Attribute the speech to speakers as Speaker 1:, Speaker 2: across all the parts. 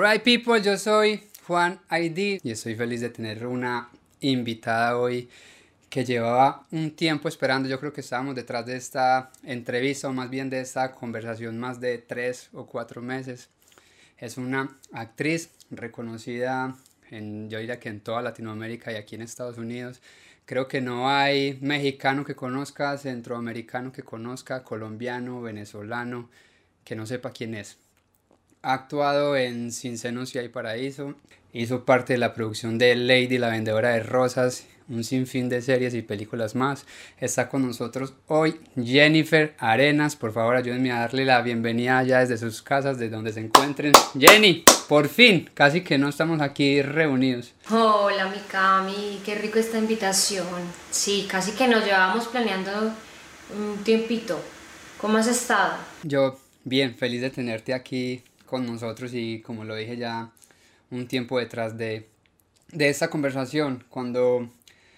Speaker 1: Alright people, yo soy Juan ID y estoy feliz de tener una invitada hoy que llevaba un tiempo esperando. Yo creo que estábamos detrás de esta entrevista o más bien de esta conversación más de 3 o 4 meses. Es una actriz reconocida yo diría que en toda Latinoamérica y aquí en Estados Unidos. Creo que no hay mexicano que conozca, centroamericano que conozca, colombiano, venezolano, que no sepa quién es. Ha actuado en Sin Senos y Hay Paraíso, hizo parte de la producción de Lady, la vendedora de rosas, un sinfín de series y películas más. Está con nosotros hoy Jennifer Arenas. Por favor, ayúdenme a darle la bienvenida ya desde sus casas, desde donde se encuentren. Jenny, por fin, casi que no estamos aquí reunidos.
Speaker 2: Hola, mi Cami, qué rico esta invitación. Sí, casi que nos llevábamos planeando un tiempito. ¿Cómo has estado?
Speaker 1: Yo, bien, feliz de tenerte aquí con nosotros y como lo dije ya un tiempo detrás de esta conversación. Cuando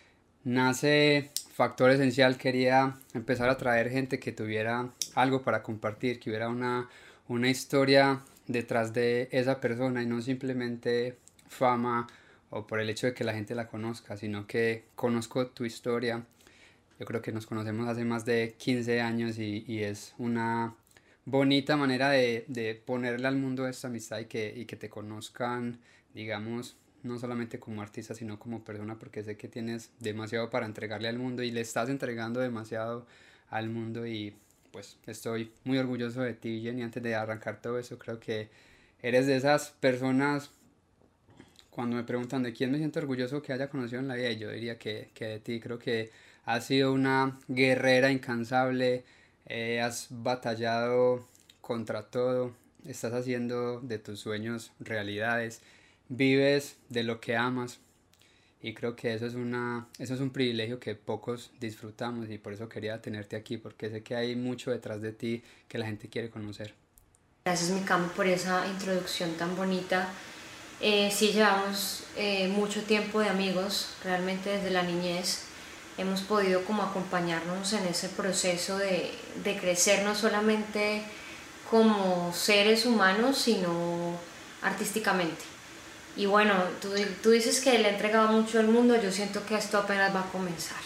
Speaker 1: nace Factor Esencial quería empezar a traer gente que tuviera algo para compartir, que hubiera una historia detrás de esa persona y no simplemente fama o por el hecho de que la gente la conozca, sino que conozco tu historia. Yo creo que nos conocemos hace más de 15 años y es una bonita manera de ponerle al mundo esta amistad y que te conozcan, digamos, no solamente como artista, sino como persona, porque sé que tienes demasiado para entregarle al mundo y le estás entregando demasiado al mundo y pues estoy muy orgulloso de ti, Jenny. Antes de arrancar todo eso, creo que eres de esas personas, cuando me preguntan de quién me siento orgulloso que haya conocido en la vida, yo diría que de ti. Creo que has sido una guerrera incansable, has batallado contra todo, estás haciendo de tus sueños realidades, vives de lo que amas y creo que eso es un privilegio que pocos disfrutamos y por eso quería tenerte aquí, porque sé que hay mucho detrás de ti que la gente quiere conocer.
Speaker 2: Gracias, mi Cami, por esa introducción tan bonita. Sí, llevamos mucho tiempo de amigos, realmente desde la niñez. Hemos podido como acompañarnos en ese proceso de crecer, no solamente como seres humanos, sino artísticamente. Y bueno, tú dices que le he entregado mucho al mundo, yo siento que esto apenas va a comenzar.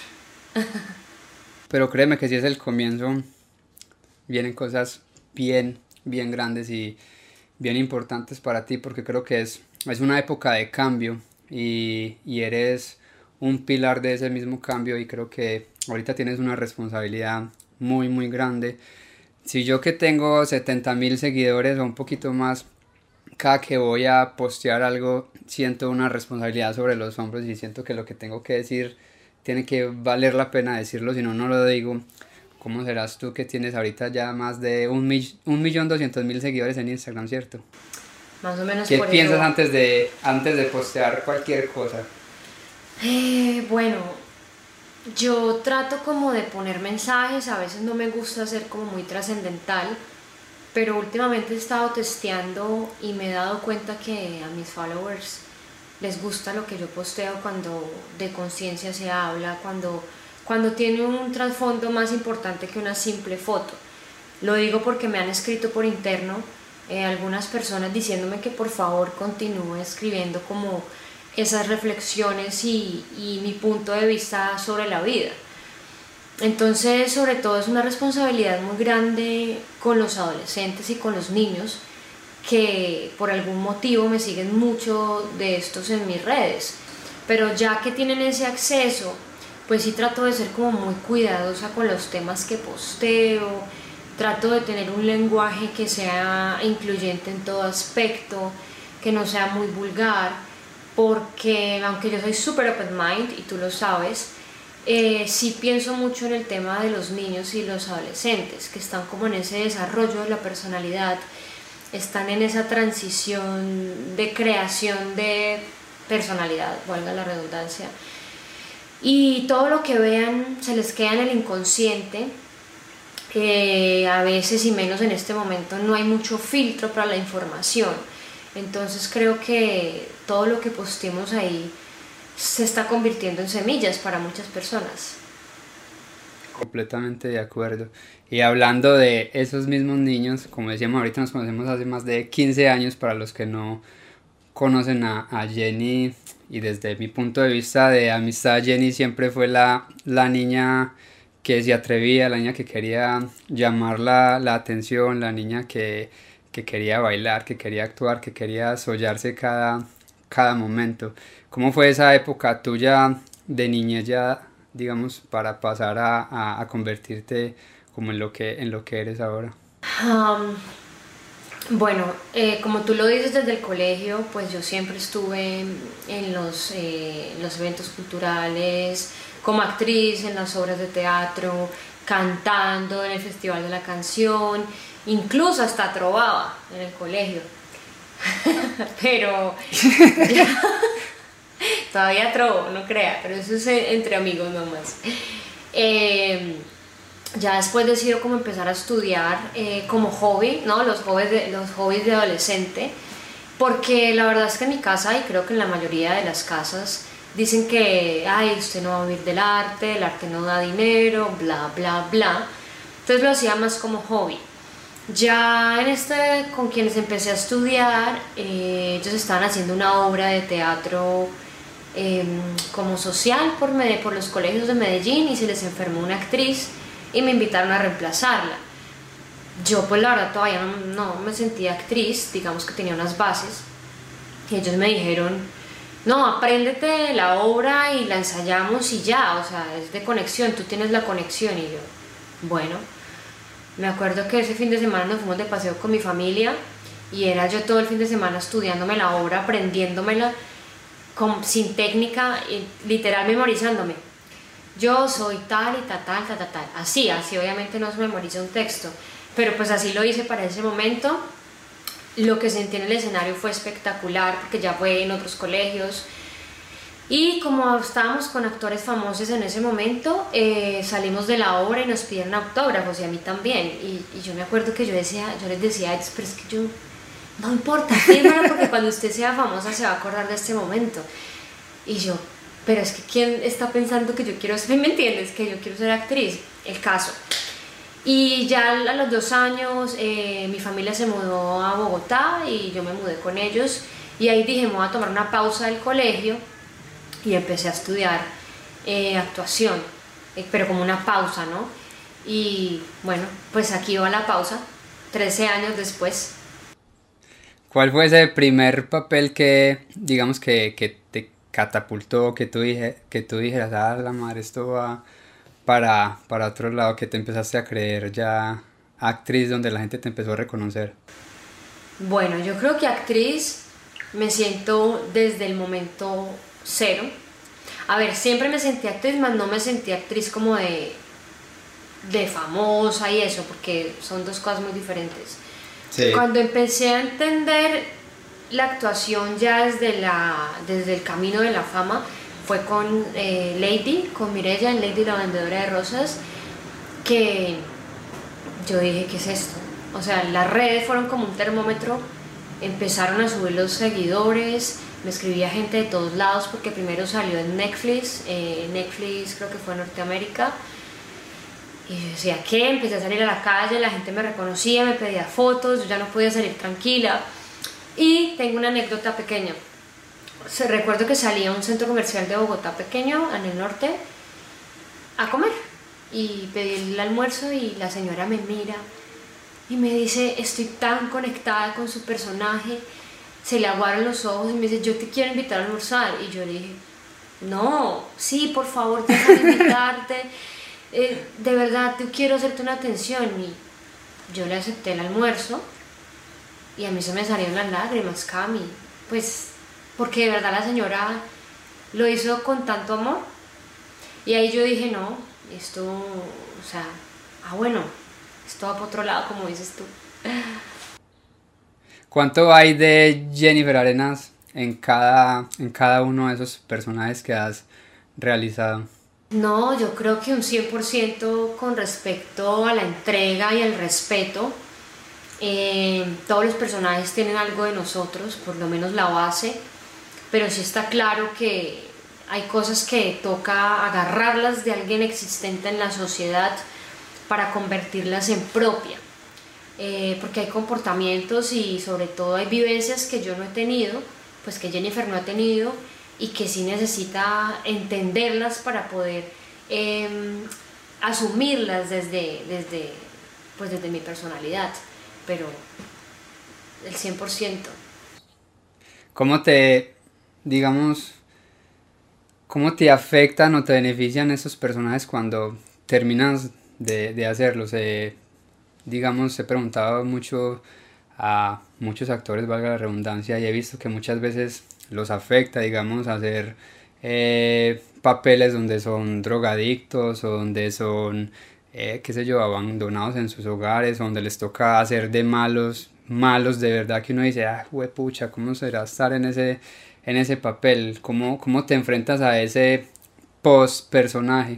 Speaker 1: Pero créeme que si es el comienzo, vienen cosas bien grandes y bien importantes para ti, porque creo que es una época de cambio y eres un pilar de ese mismo cambio y creo que ahorita tienes una responsabilidad muy grande. Si yo que tengo 70.000 seguidores o un poquito más, cada que voy a postear algo siento una responsabilidad sobre los hombros y siento que lo que tengo que decir tiene que valer la pena decirlo, si no, no lo digo. ¿Cómo serás tú que tienes ahorita ya más de 1.200.000 seguidores en Instagram, cierto?
Speaker 2: Más o menos
Speaker 1: ¿Qué
Speaker 2: por eso
Speaker 1: piensas
Speaker 2: va.
Speaker 1: antes de postear cualquier cosa?
Speaker 2: Bueno, yo trato como de poner mensajes, a veces no me gusta ser como muy trascendental, pero últimamente he estado testeando y me he dado cuenta que a mis followers les gusta lo que yo posteo cuando de conciencia se habla, cuando tiene un trasfondo más importante que una simple foto. Lo digo porque me han escrito por interno algunas personas diciéndome que por favor continúe escribiendo como esas reflexiones y mi punto de vista sobre la vida. Entonces, sobre todo es una responsabilidad muy grande con los adolescentes y con los niños que por algún motivo me siguen mucho de estos en mis redes. Pero ya que tienen ese acceso, pues sí trato de ser como muy cuidadosa con los temas que posteo, trato de tener un lenguaje que sea incluyente en todo aspecto, que no sea muy vulgar, porque aunque yo soy súper open mind y tú lo sabes, sí pienso mucho en el tema de los niños y los adolescentes, que están como en ese desarrollo de la personalidad, están en esa transición de creación de personalidad, valga la redundancia, y todo lo que vean se les queda en el inconsciente. A veces y menos en este momento no hay mucho filtro para la información, entonces creo que todo lo que postemos ahí se está convirtiendo en semillas para muchas personas.
Speaker 1: Completamente de acuerdo. Y hablando de esos mismos niños, como decíamos ahorita, nos conocemos hace más de 15 años para los que no conocen a Jenny, y desde mi punto de vista de amistad, Jenny siempre fue la niña que se atrevía, la niña que quería llamar la atención, la niña que quería bailar, que quería actuar, que quería sollarse cada momento. ¿Cómo fue esa época tuya de niñez ya, digamos, para pasar a convertirte como en lo que eres ahora?
Speaker 2: Am, bueno, como tú lo dices desde el colegio, pues yo siempre estuve en los eventos culturales, como actriz, en las obras de teatro, cantando en el Festival de la Canción, incluso hasta trovaba en el colegio. Pero ya, todavía trovo, no crea, pero eso es entre amigos nomás. Eh, ya después decido como empezar a estudiar como hobby, ¿no? Los hobbies de adolescente, porque la verdad es que en mi casa, y creo que en la mayoría de las casas, dicen que, ay, usted no va a vivir del arte, el arte no da dinero, bla, bla, bla. Entonces lo hacía más como hobby. Ya con quienes empecé a estudiar, ellos estaban haciendo una obra de teatro eh, como social por los colegios de Medellín y se les enfermó una actriz y me invitaron a reemplazarla. Yo pues la verdad todavía no me sentía actriz, digamos que tenía unas bases y ellos me dijeron, no, apréndete la obra y la ensayamos y ya, o sea, es de conexión, tú tienes la conexión y yo, bueno. Me acuerdo que ese fin de semana nos fuimos de paseo con mi familia y era yo todo el fin de semana estudiándome la obra, aprendiéndomela sin técnica, y literal memorizándome. Yo soy tal y tal, tal, tal, tal, tal. Así obviamente no se memoriza un texto, pero pues así lo hice para ese momento. Lo que sentí en el escenario fue espectacular porque ya fue en otros colegios. Y como estábamos con actores famosos en ese momento, salimos de la obra y nos pidieron autógrafos y a mí también. Y yo me acuerdo que yo les decía, pero es que yo, no importa, fírmalo porque cuando usted sea famosa se va a acordar de este momento. Y yo, pero es que ¿quién está pensando que yo quiero ser, me entiendes? Que yo quiero ser actriz, el caso. Y ya a los 2 años mi familia se mudó a Bogotá y yo me mudé con ellos. Y ahí dije, me voy a tomar una pausa del colegio y empecé a estudiar actuación, pero como una pausa, ¿no? Y bueno, pues aquí va la pausa, 13 años después.
Speaker 1: ¿Cuál fue ese primer papel que, digamos, que te catapultó, que tú dijeras, ah, la madre, esto va para otro lado, que te empezaste a creer ya actriz, donde la gente te empezó a reconocer?
Speaker 2: Bueno, yo creo que actriz me siento desde el momento cero. A ver, siempre me sentí actriz, mas no me sentí actriz como de famosa y eso, porque son dos cosas muy diferentes.
Speaker 1: Sí.
Speaker 2: Cuando empecé a entender la actuación ya desde el camino de la fama, fue con Lady, con Mirella en Lady la vendedora de rosas, que yo dije, ¿qué es esto? O sea, las redes fueron como un termómetro, empezaron a subir los seguidores, me escribía gente de todos lados porque primero salió en Netflix, Netflix creo que fue en Norteamérica, y yo decía, ¿qué? Empecé a salir a la calle, la gente me reconocía, me pedía fotos, yo ya no podía salir tranquila. Y tengo una anécdota pequeña. Recuerdo que salí a un centro comercial de Bogotá pequeño, en el norte, a comer. Y pedí el almuerzo y la señora me mira y me dice, estoy tan conectada con su personaje, se le aguaron los ojos y me dice, yo te quiero invitar a almorzar. Y yo le dije, no, sí, por favor, déjame invitarte, de verdad, yo quiero hacerte una atención. Y yo le acepté el almuerzo y a mí se me salieron las lágrimas, Cami, pues porque de verdad la señora lo hizo con tanto amor. Y ahí yo dije, no, esto, o sea, bueno, esto va para otro lado, como dices tú.
Speaker 1: ¿Cuánto hay de Jennifer Arenas en cada uno de esos personajes que has realizado?
Speaker 2: No, yo creo que un 100% con respecto a la entrega y el respeto. Todos los personajes tienen algo de nosotros, por lo menos la base, pero sí está claro que hay cosas que toca agarrarlas de alguien existente en la sociedad para convertirlas en propia. Porque hay comportamientos y sobre todo hay vivencias que yo no he tenido pues que Jennifer no ha tenido y que sí necesita entenderlas para poder asumirlas desde mi personalidad, pero el 100%.
Speaker 1: ¿Cómo te, digamos, cómo te afectan o te benefician esos personajes cuando terminas de hacerlos? Digamos, he preguntado mucho a muchos actores, valga la redundancia, y he visto que muchas veces los afecta, digamos, hacer papeles donde son drogadictos o donde son, qué sé yo, abandonados en sus hogares, donde les toca hacer de malos, malos de verdad, que uno dice, ah, huepucha, ¿cómo será estar en ese papel? ¿Cómo te enfrentas a ese post personaje?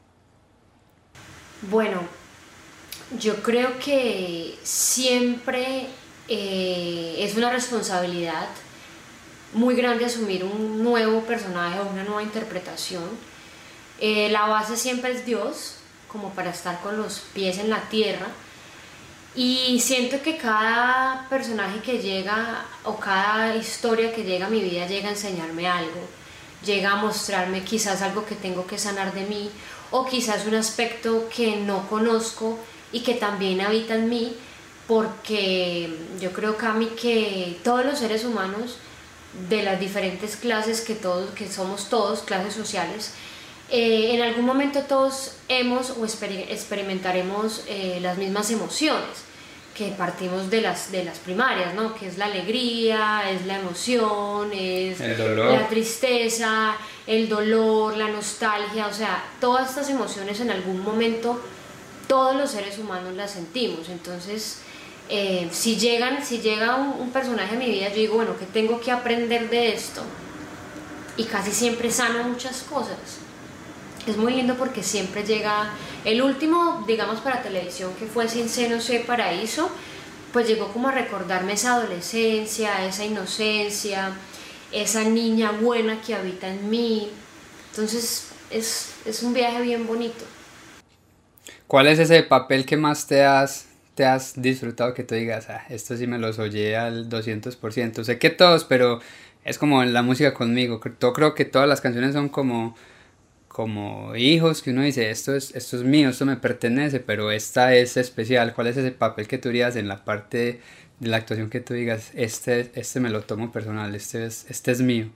Speaker 2: Bueno, yo creo que siempre es una responsabilidad muy grande asumir un nuevo personaje o una nueva interpretación. La base siempre es Dios, como para estar con los pies en la tierra. Y siento que cada personaje que llega o cada historia que llega a mi vida llega a enseñarme algo, llega a mostrarme quizás algo que tengo que sanar de mí o quizás un aspecto que no conozco y que también habita en mí, porque yo creo, Cami, que todos los seres humanos de las diferentes clases que somos todos, clases sociales, en algún momento todos hemos o experimentaremos las mismas emociones, que partimos de las primarias, ¿no? Que es la alegría, es la emoción, es la tristeza, el dolor, la nostalgia, o sea, todas estas emociones en algún momento todos los seres humanos las sentimos. Entonces, si llega un personaje a mi vida, yo digo, bueno, ¿qué tengo que aprender de esto? Y casi siempre sano muchas cosas. Es muy lindo porque siempre llega el último, digamos, para televisión, que fue Sin Seno Sé Paraíso, pues llegó como a recordarme esa adolescencia, esa inocencia, esa niña buena que habita en mí. Entonces es un viaje bien bonito.
Speaker 1: ¿Cuál es ese papel que más te has disfrutado, que tú digas, ah, esto sí me lo soñé al 200%? Sé que todos, pero es como en la música conmigo. Yo creo que todas las canciones son como hijos, que uno dice, esto es mío, esto me pertenece, pero esta es especial. ¿Cuál es ese papel que tú dirías en la parte de la actuación que tú digas, este me lo tomo personal, este es mío?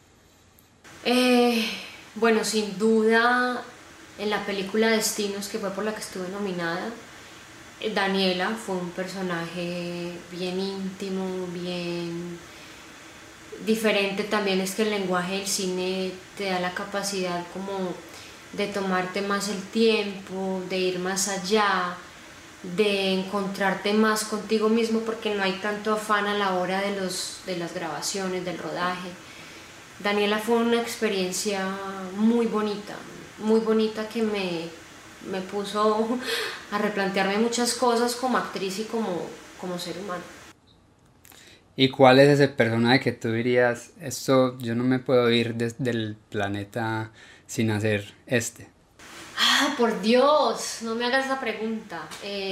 Speaker 2: Bueno, sin duda, en la película Destinos, que fue por la que estuve nominada, Daniela fue un personaje bien íntimo, bien diferente. También es que el lenguaje del cine te da la capacidad como de tomarte más el tiempo, de ir más allá, de encontrarte más contigo mismo, porque no hay tanto afán a la hora de las grabaciones, del rodaje. Daniela fue una experiencia muy bonita, que me puso a replantearme muchas cosas como actriz y como ser humano.
Speaker 1: ¿Y cuál es ese personaje que tú dirías, esto yo no me puedo ir desde el planeta sin hacer este?
Speaker 2: Ah, por Dios, no me hagas esa pregunta.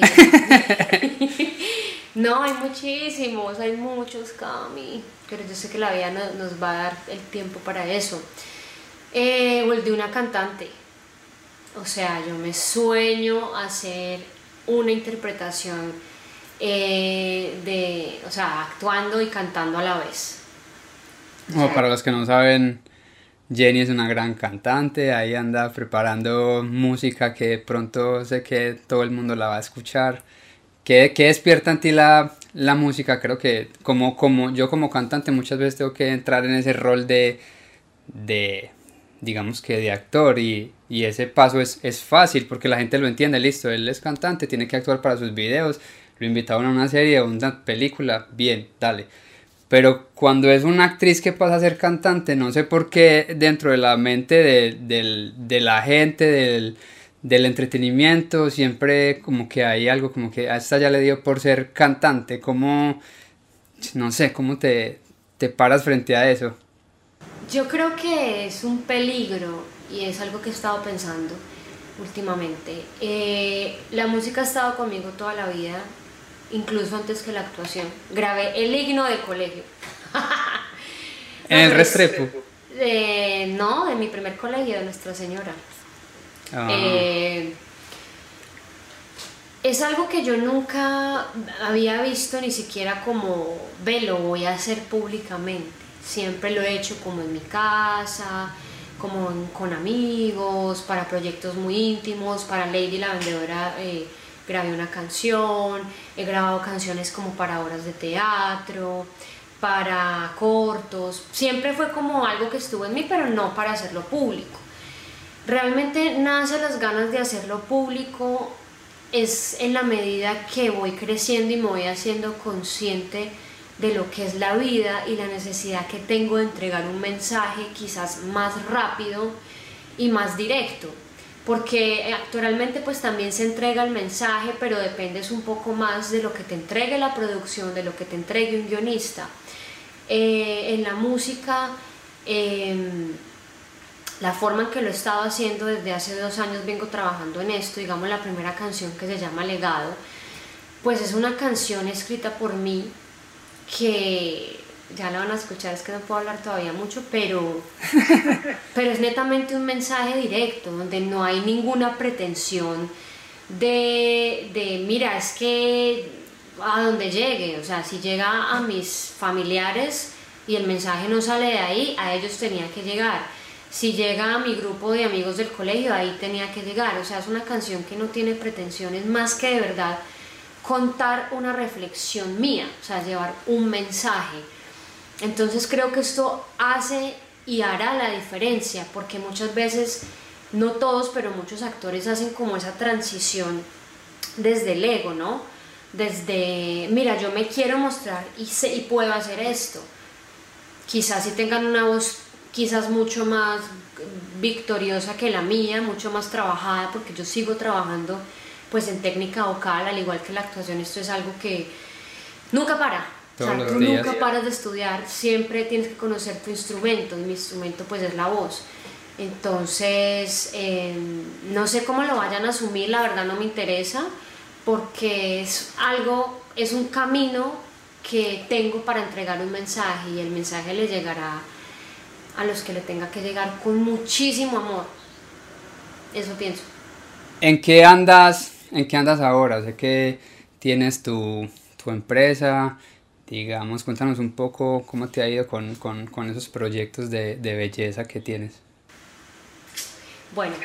Speaker 2: No, hay muchos, Cami, pero yo sé que la vida nos va a dar el tiempo para eso. O el de una cantante. O sea, yo me sueño hacer una interpretación o sea, actuando y cantando a la vez. O
Speaker 1: O
Speaker 2: sea,
Speaker 1: para los que no saben, Jenny es una gran cantante, ahí anda preparando música que pronto sé que todo el mundo la va a escuchar. ¿Qué despierta en ti la música? Creo que como yo como cantante muchas veces tengo que entrar en ese rol de digamos que de actor, y ese paso es fácil porque la gente lo entiende, listo, él es cantante, tiene que actuar para sus videos, lo invitaron a una serie o una película, bien, dale. Pero cuando es una actriz que pasa a ser cantante, no sé por qué dentro de la mente de la gente, del entretenimiento, siempre como que hay algo como que a esta ya le dio por ser cantante. Como, no sé, cómo te paras frente a eso.
Speaker 2: yo creo que es un peligro y es algo que he estado pensando últimamente. La música ha estado conmigo toda la vida, incluso antes que la actuación. Grabé el himno de colegio.
Speaker 1: ¿En el Restrepo?
Speaker 2: No, de mi primer colegio, de Nuestra Señora.
Speaker 1: Ah.
Speaker 2: Es algo que yo nunca había visto ni siquiera como, ve, lo voy a hacer públicamente. Siempre lo he hecho como en mi casa, como con amigos, para proyectos muy íntimos. Para Lady la Vendedora grabé una canción, he grabado canciones como para obras de teatro, para cortos. Siempre fue como algo que estuvo en mí, pero no para hacerlo público. Realmente nace las ganas de hacerlo público es en la medida que voy creciendo y me voy haciendo consciente de lo que es la vida y la necesidad que tengo de entregar un mensaje quizás más rápido y más directo, porque actualmente pues también se entrega el mensaje, pero dependes un poco más de lo que te entregue la producción, de lo que te entregue un guionista. En la música, la forma en que lo he estado haciendo desde hace 2 años, vengo trabajando en esto. Digamos, la primera canción, que se llama Legado, pues es una canción escrita por mí, que ya la van a escuchar, es que no puedo hablar todavía mucho, pero es netamente un mensaje directo, donde no hay ninguna pretensión de mira, es que a donde llegue, o sea, si llega a mis familiares y el mensaje no sale de ahí, a ellos tenía que llegar. Si llega a mi grupo de amigos del colegio, ahí tenía que llegar. O sea, es una canción que no tiene pretensiones más que de verdad contar una reflexión mía, o sea, llevar un mensaje. Entonces creo que esto hace y hará la diferencia, porque muchas veces, no todos, pero muchos actores hacen como esa transición desde el ego, ¿no? Desde, mira, yo me quiero mostrar y sé y puedo hacer esto. Quizás si tengan una voz quizás mucho más victoriosa que la mía, mucho más trabajada, porque yo sigo trabajando pues en técnica vocal, al igual que la actuación. Esto es algo que nunca para. O sea, tú nunca paras de estudiar, siempre tienes que conocer tu instrumento, y mi instrumento pues es la voz. Entonces, no sé cómo lo vayan a asumir, la verdad no me interesa, porque es algo, es un camino que tengo para entregar un mensaje, y el mensaje le llegará a los que le tenga que llegar con muchísimo amor. Eso pienso.
Speaker 1: ¿En qué andas ahora? Sé que tienes tu empresa, digamos, cuéntanos un poco cómo te ha ido con esos proyectos de belleza que tienes.
Speaker 2: Bueno,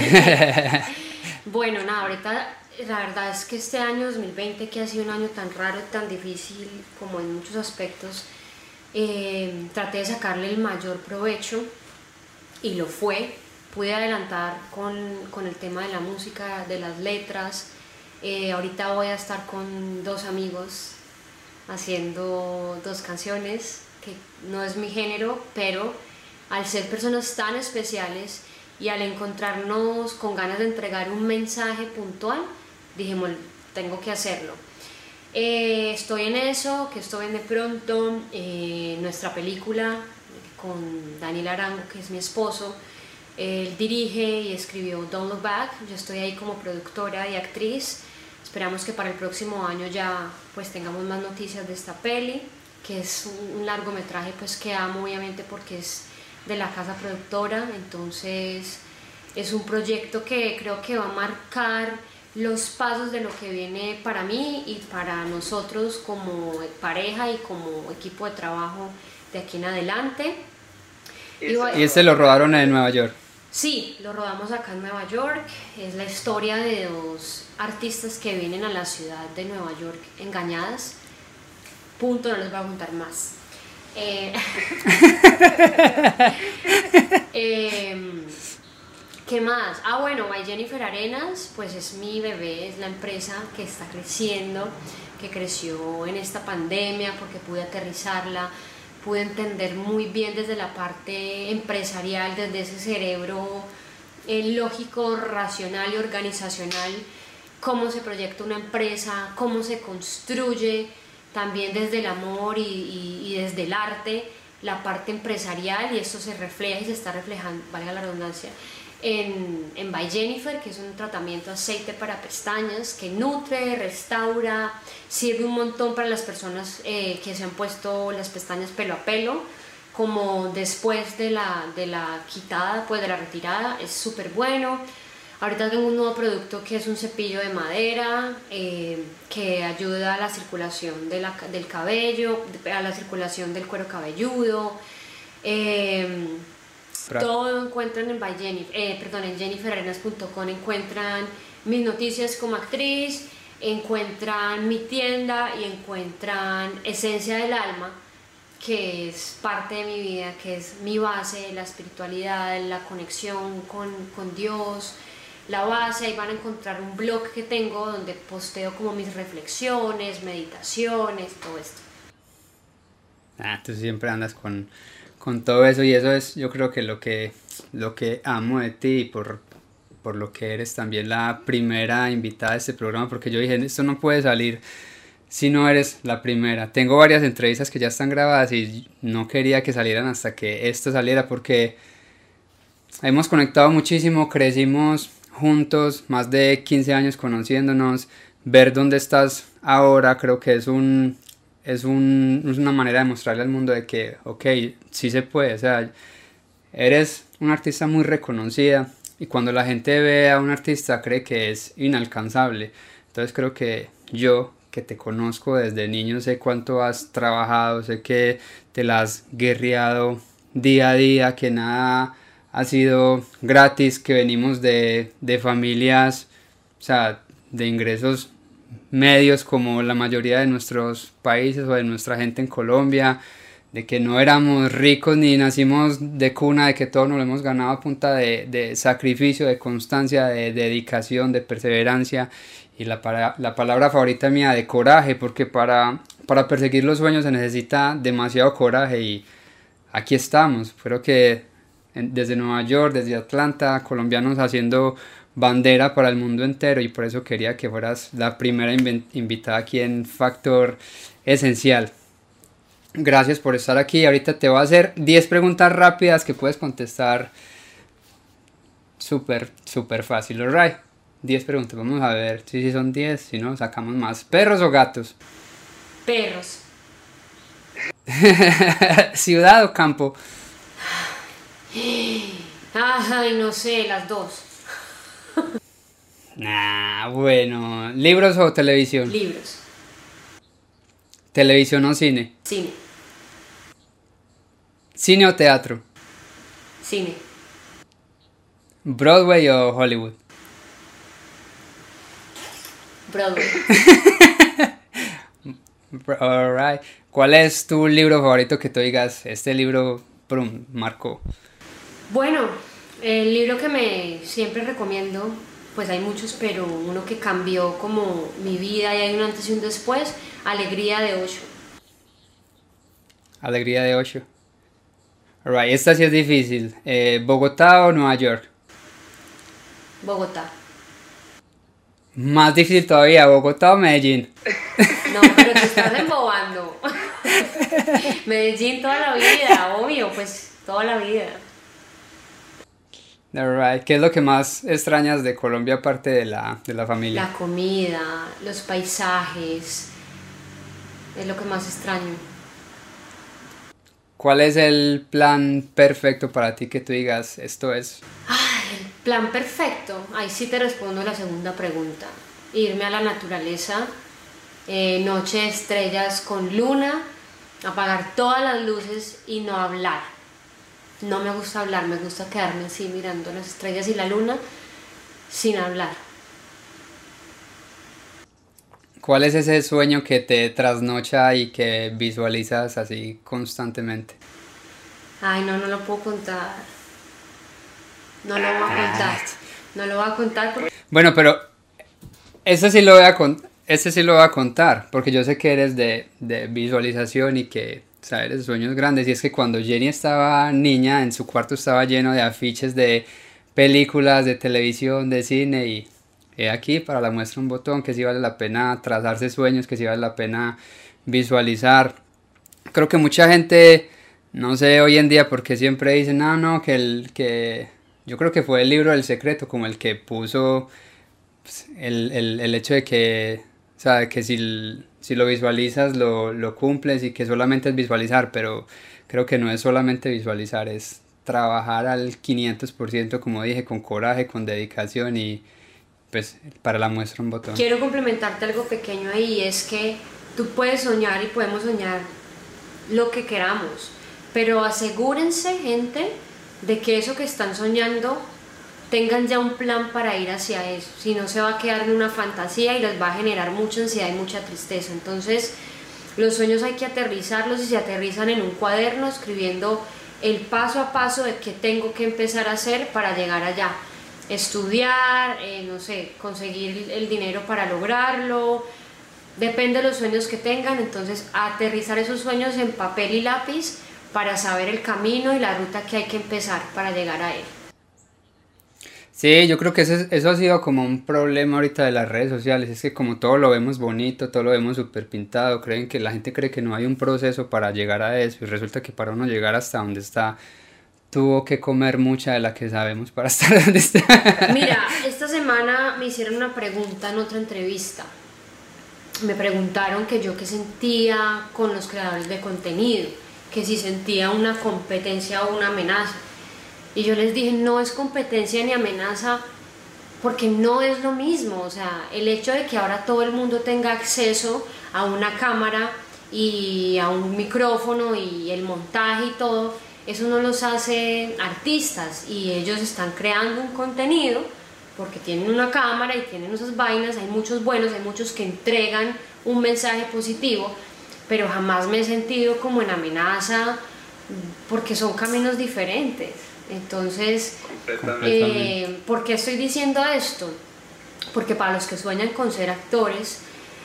Speaker 2: bueno, nada, ahorita la verdad es que este año 2020, que ha sido un año tan raro y tan difícil como en muchos aspectos, traté de sacarle el mayor provecho, y lo fue. Pude adelantar con el tema de la música, de las letras. Ahorita voy a estar con 2 amigos haciendo 2 canciones, que no es mi género, pero al ser personas tan especiales y al encontrarnos con ganas de entregar un mensaje puntual, dijimos, tengo que hacerlo. Estoy en eso, que esto viene pronto. Nuestra película con Daniel Arango, que es mi esposo, él dirige y escribió Don't Look Back. Yo estoy ahí como productora y actriz. Esperamos que para el próximo año ya pues tengamos más noticias de esta peli, que es un largometraje pues que amo, obviamente, porque es de la casa productora. Entonces es un proyecto que creo que va a marcar los pasos de lo que viene para mí y para nosotros como pareja y como equipo de trabajo de aquí en adelante.
Speaker 1: ¿Y este lo rodaron en Nueva York?
Speaker 2: Sí, lo rodamos acá en Nueva York. Es la historia de 2 artistas que vienen a la ciudad de Nueva York engañadas. Punto, no les voy a contar más. ¿Qué más? Bueno, By Jennifer Arenas, pues es mi bebé, es la empresa que está creciendo, que creció en esta pandemia porque pude aterrizarla, pude entender muy bien desde la parte empresarial, desde ese cerebro lógico, racional y organizacional, cómo se proyecta una empresa, cómo se construye, también desde el amor y desde el arte, la parte empresarial, y esto se refleja y se está reflejando, valga la redundancia, en By Jennifer, que es un tratamiento aceite para pestañas que nutre, restaura, sirve un montón para las personas que se han puesto las pestañas pelo a pelo. como después de la quitada, pues de la retirada, es súper bueno. Ahorita tengo un nuevo producto que es un cepillo de madera que ayuda a la circulación del cabello, a la circulación del cuero cabelludo. Todo encuentran en, en jenniferarenas.com, encuentran mis noticias como actriz, encuentran mi tienda y encuentran Esencia del Alma, que es parte de mi vida, que es mi base, la espiritualidad, la conexión con Dios, la base. Ahí van a encontrar un blog que tengo donde posteo como mis reflexiones, meditaciones, todo esto.
Speaker 1: Tú siempre andas con todo eso, y eso es, yo creo que lo que amo de ti, y por lo que eres también la primera invitada de este programa, porque yo dije, esto no puede salir si no eres la primera. Tengo varias entrevistas que ya están grabadas y no quería que salieran hasta que esto saliera, porque hemos conectado muchísimo, crecimos juntos, más de 15 años conociéndonos. Ver dónde estás ahora creo que es una manera de mostrarle al mundo de que, ok, sí se puede. O sea, eres una artista muy reconocida, y cuando la gente ve a un artista cree que es inalcanzable. Entonces creo que yo, que te conozco desde niño, sé cuánto has trabajado, sé que te la has guerreado día a día, que nada ha sido gratis, que venimos de familias, o sea, de ingresos medios como la mayoría de nuestros países o de nuestra gente en Colombia, de que no éramos ricos ni nacimos de cuna, de que todo nos lo hemos ganado a punta de sacrificio, de constancia, de dedicación, de perseverancia, y la palabra favorita mía, de coraje, porque para perseguir los sueños se necesita demasiado coraje, y aquí estamos. Creo que desde Nueva York, desde Atlanta, colombianos haciendo bandera para el mundo entero, y por eso quería que fueras la primera invitada aquí en Factor Esencial. Gracias por estar aquí. Ahorita te voy a hacer 10 preguntas rápidas que puedes contestar súper fácil, alright. 10 preguntas, vamos a ver si son 10, si no sacamos más. ¿Perros o gatos?
Speaker 2: Perros.
Speaker 1: ¿Ciudad o campo?
Speaker 2: Ay, no sé, las dos.
Speaker 1: Bueno. ¿Libros o televisión?
Speaker 2: Libros.
Speaker 1: ¿Televisión o cine?
Speaker 2: Cine.
Speaker 1: ¿Cine o teatro?
Speaker 2: Cine.
Speaker 1: ¿Broadway o Hollywood?
Speaker 2: Broadway.
Speaker 1: Alright. ¿Cuál es tu libro favorito que tú digas, este libro marcó?
Speaker 2: Bueno, el libro que siempre recomiendo, pues hay muchos, pero uno que cambió como mi vida, y hay un antes y un después, Alegría de Osho.
Speaker 1: Alegría de Osho. Alright, esta sí es difícil. ¿Bogotá o Nueva York?
Speaker 2: Bogotá.
Speaker 1: Más difícil todavía, ¿Bogotá o Medellín?
Speaker 2: No, pero te estás embobando. Medellín toda la vida, obvio, pues toda la vida.
Speaker 1: Alright, ¿qué es lo que más extrañas de Colombia aparte de la familia?
Speaker 2: La comida, los paisajes, es lo que más extraño.
Speaker 1: ¿Cuál es el plan perfecto para ti que tú digas, esto es?
Speaker 2: El plan perfecto, ahí sí te respondo la segunda pregunta. Irme a la naturaleza, noche de estrellas con luna, apagar todas las luces y no hablar. No me gusta hablar, me gusta quedarme así mirando las estrellas y la luna sin hablar.
Speaker 1: ¿Cuál es ese sueño que te trasnocha y que visualizas así constantemente?
Speaker 2: Ay, no lo puedo contar. No lo voy a contar. No lo voy a contar porque...
Speaker 1: Bueno, pero ese sí lo voy a contar, porque yo sé que eres de visualización y que, o sea, eres de sueños grandes. Y es que cuando Jenny estaba niña, en su cuarto estaba lleno de afiches de películas, de televisión, de cine, y he aquí para la muestra un botón, que sí vale la pena trazarse sueños, que sí vale la pena visualizar. Creo que mucha gente, no sé hoy en día porque siempre dicen, no, que yo creo que fue el libro del secreto como el que puso pues, el hecho de que, o sea, que si lo visualizas lo cumples, y que solamente es visualizar. Pero creo que no es solamente visualizar, es trabajar al 500%, como dije, con coraje, con dedicación y pues para la muestra un botón.
Speaker 2: Quiero complementarte algo pequeño ahí, es que tú puedes soñar y podemos soñar lo que queramos, pero asegúrense, gente, de que eso que están soñando tengan ya un plan para ir hacia eso, si no se va a quedar en una fantasía y les va a generar mucha ansiedad y mucha tristeza. Entonces los sueños hay que aterrizarlos y se aterrizan en un cuaderno escribiendo el paso a paso de qué tengo que empezar a hacer para llegar allá. Estudiar, no sé, conseguir el dinero para lograrlo, depende de los sueños que tengan. Entonces aterrizar esos sueños en papel y lápiz para saber el camino y la ruta que hay que empezar para llegar a él.
Speaker 1: Sí, yo creo que eso ha sido como un problema ahorita de las redes sociales, es que como todo lo vemos bonito, todo lo vemos súper pintado, la gente cree que no hay un proceso para llegar a eso y resulta que para uno llegar hasta donde está, tuvo que comer mucha de la que sabemos para estar donde está.
Speaker 2: Mira, esta semana me hicieron una pregunta en otra entrevista. Me preguntaron que yo qué sentía con los creadores de contenido, que si sentía una competencia o una amenaza. Y yo les dije, no es competencia ni amenaza, porque no es lo mismo. O sea, el hecho de que ahora todo el mundo tenga acceso a una cámara y a un micrófono y el montaje y todo, eso no los hace artistas, y ellos están creando un contenido porque tienen una cámara y tienen esas vainas. Hay muchos buenos, hay muchos que entregan un mensaje positivo, pero jamás me he sentido como en amenaza, porque son caminos diferentes. Entonces, ¿por qué estoy diciendo esto? Porque para los que sueñan con ser actores,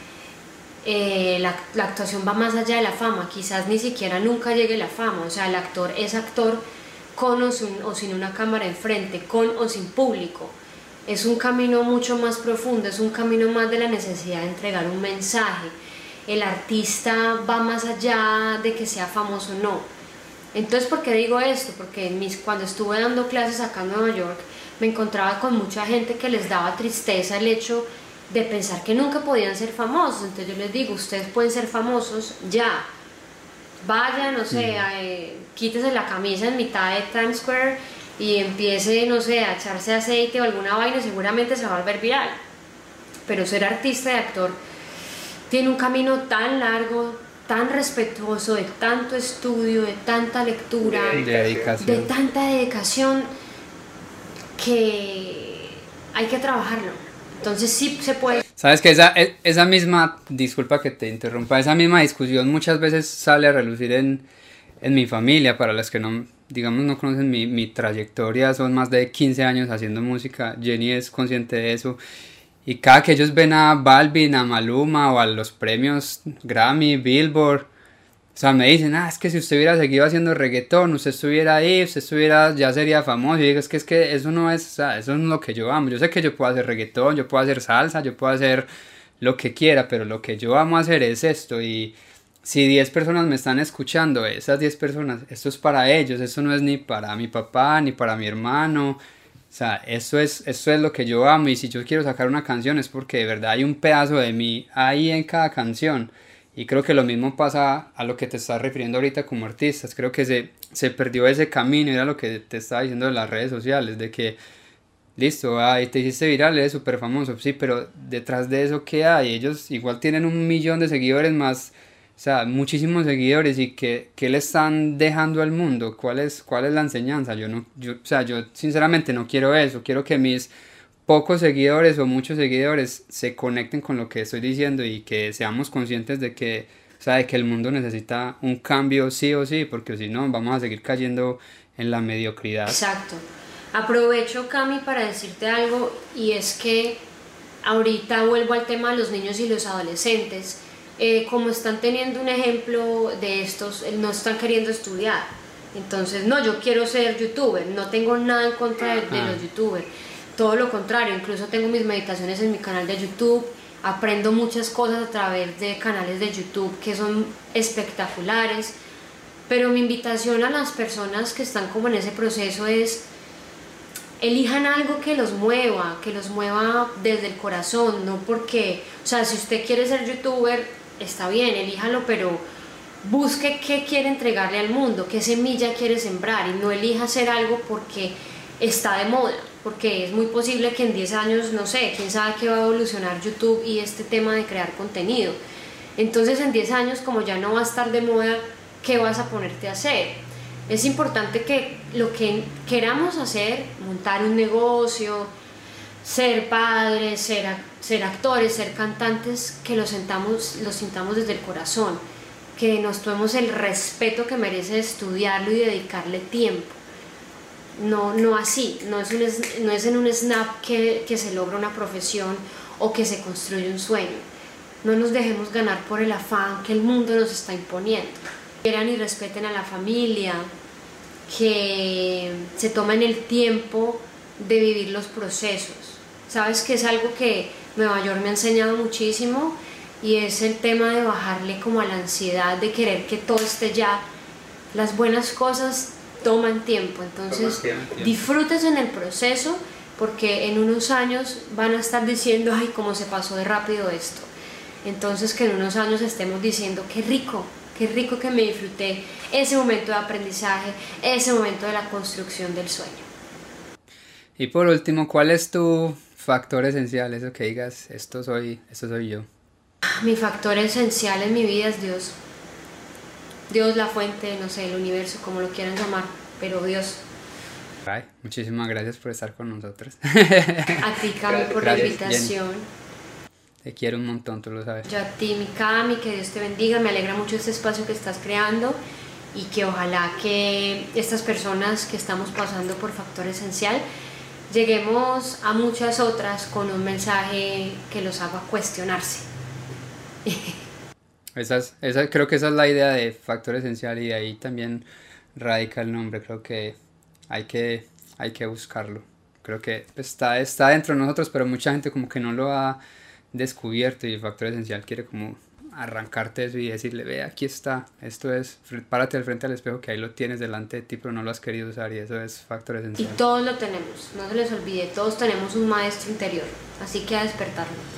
Speaker 2: la actuación va más allá de la fama. Quizás ni siquiera nunca llegue la fama. O sea, el actor es actor con o sin una cámara enfrente, con o sin público. Es un camino mucho más profundo, es un camino más de la necesidad de entregar un mensaje. El artista va más allá de que sea famoso o no. Entonces, ¿por qué digo esto? Porque cuando estuve dando clases acá en Nueva York, me encontraba con mucha gente que les daba tristeza el hecho de pensar que nunca podían ser famosos. Entonces yo les digo, ustedes pueden ser famosos ya. Vayan, no sé, quítese la camisa en mitad de Times Square y empiece, no sé, a echarse aceite o alguna vaina, seguramente se va a volver viral. Pero ser artista y actor tiene un camino tan largo, tan respetuoso, de tanto estudio, de tanta lectura, de tanta dedicación, que hay que trabajarlo. Entonces sí se puede.
Speaker 1: Sabes que esa misma, disculpa que te interrumpa, esa misma discusión muchas veces sale a relucir en mi familia. Para las que no, digamos, no conocen mi trayectoria, son más de 15 años haciendo música. Jenny es consciente de eso. Y cada que ellos ven a Balvin, a Maluma o a los premios Grammy, Billboard, o sea, me dicen, es que si usted hubiera seguido haciendo reggaetón, usted estuviera ahí, ya sería famoso. Y digo, es que eso no es, o sea, eso no es lo que yo amo. Yo sé que yo puedo hacer reggaetón, yo puedo hacer salsa, yo puedo hacer lo que quiera, pero lo que yo amo hacer es esto. Y si 10 personas me están escuchando, esas 10 personas, esto es para ellos, esto no es ni para mi papá, ni para mi hermano. O sea, esto es lo que yo amo, y si yo quiero sacar una canción es porque de verdad hay un pedazo de mí ahí en cada canción. Y creo que lo mismo pasa a lo que te estás refiriendo ahorita como artistas. Creo que se perdió ese camino, era lo que te estaba diciendo de las redes sociales, de que listo, te hiciste viral, eres súper famoso, sí, pero detrás de eso, ¿qué hay? Ellos igual tienen 1 millón de seguidores más. O sea, muchísimos seguidores, y ¿qué le están dejando al mundo? ¿Cuál es la enseñanza? Yo sinceramente no quiero eso. Quiero que mis pocos seguidores o muchos seguidores se conecten con lo que estoy diciendo, y que seamos conscientes de que, o sea, de que el mundo necesita un cambio sí o sí, porque si no vamos a seguir cayendo en la mediocridad.
Speaker 2: Exacto. Aprovecho, Cami, para decirte algo, y es que ahorita vuelvo al tema de los niños y los adolescentes. Como están teniendo un ejemplo de estos, no están queriendo estudiar. Entonces, no, yo quiero ser youtuber. No tengo nada en contra de los youtubers, todo lo contrario. Incluso tengo mis meditaciones en mi canal de YouTube, aprendo muchas cosas a través de canales de YouTube que son espectaculares. Pero mi invitación a las personas que están como en ese proceso es: elijan algo que los mueva desde el corazón, no porque, o sea, si usted quiere ser youtuber, está bien, elíjalo, pero busque qué quiere entregarle al mundo, qué semilla quiere sembrar, y no elija hacer algo porque está de moda, porque es muy posible que en 10 años, no sé, quién sabe qué va a evolucionar YouTube y este tema de crear contenido. Entonces en 10 años, como ya no va a estar de moda, ¿qué vas a ponerte a hacer? Es importante que lo que queramos hacer, montar un negocio, ser padres, ser actores, ser cantantes, que lo sintamos desde el corazón, que nos tomemos el respeto que merece estudiarlo y dedicarle tiempo. No así, no es en un snap que se logra una profesión o que se construye un sueño. No nos dejemos ganar por el afán que el mundo nos está imponiendo. Quieran y respeten a la familia, que se tomen el tiempo de vivir los procesos. Sabes que es algo que Nueva York me ha enseñado muchísimo, y es el tema de bajarle como a la ansiedad de querer que todo esté ya. Las buenas cosas toman tiempo, entonces disfrútense en el proceso, porque en unos años van a estar diciendo, ay, cómo se pasó de rápido esto. Entonces que en unos años estemos diciendo, qué rico que me disfruté ese momento de aprendizaje, ese momento de la construcción del sueño.
Speaker 1: Y por último, ¿cuál es tu factor esencial? Eso que digas, esto soy yo.
Speaker 2: Mi factor esencial en mi vida es Dios. Dios, la fuente, no sé, el universo, como lo quieran llamar, pero Dios.
Speaker 1: Ay, muchísimas gracias por estar con nosotros.
Speaker 2: A ti, Cami, por la invitación.
Speaker 1: Te quiero un montón, tú lo sabes.
Speaker 2: Yo a ti, mi Cami, que Dios te bendiga. Me alegra mucho este espacio que estás creando, y que ojalá que estas personas que estamos pasando por Factor Esencial lleguemos a muchas otras con un mensaje que los haga cuestionarse.
Speaker 1: Creo que esa es la idea de Factor Esencial, y de ahí también radica el nombre. Creo que hay que buscarlo. Creo que está dentro de nosotros, pero mucha gente como que no lo ha descubierto, y el Factor Esencial quiere como arrancarte eso y decirle, ve, aquí está, esto es, párate al frente al espejo, que ahí lo tienes delante de ti, pero no lo has querido usar, y eso es Factor Esencial.
Speaker 2: Y todos lo tenemos, no se les olvide, todos tenemos un maestro interior, así que a despertarlo.